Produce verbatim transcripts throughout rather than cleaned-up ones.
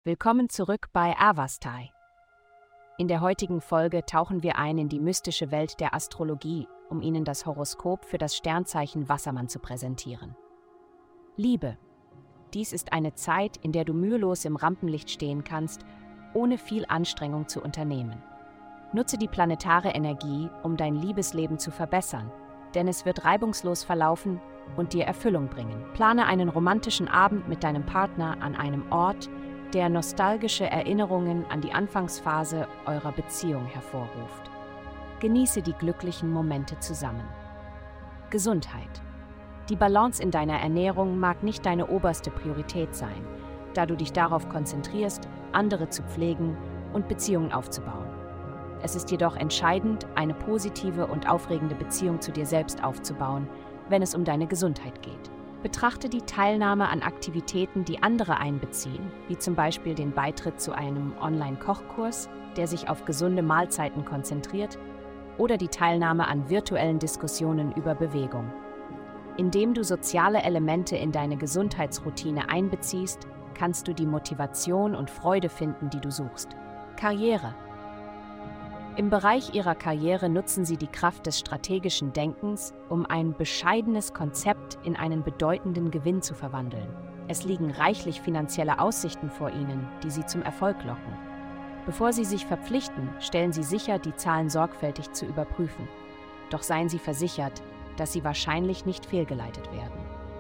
Willkommen zurück bei Avastai. In der heutigen Folge tauchen wir ein in die mystische Welt der Astrologie, um Ihnen das Horoskop für das Sternzeichen Wassermann zu präsentieren. Liebe. Dies ist eine Zeit, in der du mühelos im Rampenlicht stehen kannst, ohne viel Anstrengung zu unternehmen. Nutze die planetare Energie, um dein Liebesleben zu verbessern, denn es wird reibungslos verlaufen und dir Erfüllung bringen. Plane einen romantischen Abend mit deinem Partner an einem Ort, der nostalgische Erinnerungen an die Anfangsphase eurer Beziehung hervorruft. Genieße die glücklichen Momente zusammen. Gesundheit. Die Balance in deiner Ernährung mag nicht deine oberste Priorität sein, da du dich darauf konzentrierst, andere zu pflegen und Beziehungen aufzubauen. Es ist jedoch entscheidend, eine positive und aufregende Beziehung zu dir selbst aufzubauen, wenn es um deine Gesundheit geht. Betrachte die Teilnahme an Aktivitäten, die andere einbeziehen, wie zum Beispiel den Beitritt zu einem Online-Kochkurs, der sich auf gesunde Mahlzeiten konzentriert, oder die Teilnahme an virtuellen Diskussionen über Bewegung. Indem du soziale Elemente in deine Gesundheitsroutine einbeziehst, kannst du die Motivation und Freude finden, die du suchst. Karriere. Im Bereich ihrer Karriere nutzen sie die Kraft des strategischen Denkens, um ein bescheidenes Konzept in einen bedeutenden Gewinn zu verwandeln. Es liegen reichlich finanzielle Aussichten vor ihnen, die sie zum Erfolg locken. Bevor sie sich verpflichten, stellen sie sicher, die Zahlen sorgfältig zu überprüfen. Doch seien sie versichert, dass sie wahrscheinlich nicht fehlgeleitet werden.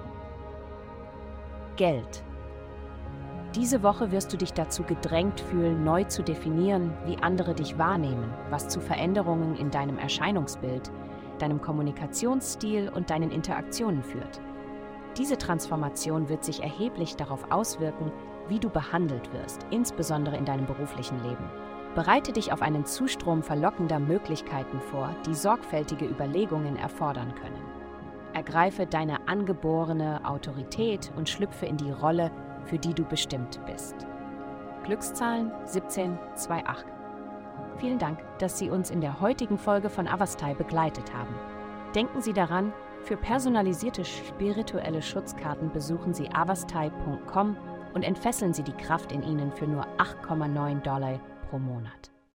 Geld. Diese Woche wirst du dich dazu gedrängt fühlen, neu zu definieren, wie andere dich wahrnehmen, was zu Veränderungen in deinem Erscheinungsbild, deinem Kommunikationsstil und deinen Interaktionen führt. Diese Transformation wird sich erheblich darauf auswirken, wie du behandelt wirst, insbesondere in deinem beruflichen Leben. Bereite dich auf einen Zustrom verlockender Möglichkeiten vor, die sorgfältige Überlegungen erfordern können. Ergreife deine angeborene Autorität und schlüpfe in die Rolle, für die du bestimmt bist. Glückszahlen siebzehn achtundzwanzig. Vielen Dank, dass Sie uns in der heutigen Folge von Avastai begleitet haben. Denken Sie daran, für personalisierte spirituelle Schutzkarten besuchen Sie avastai punkt com und entfesseln Sie die Kraft in Ihnen für nur acht Komma neun Dollar pro Monat.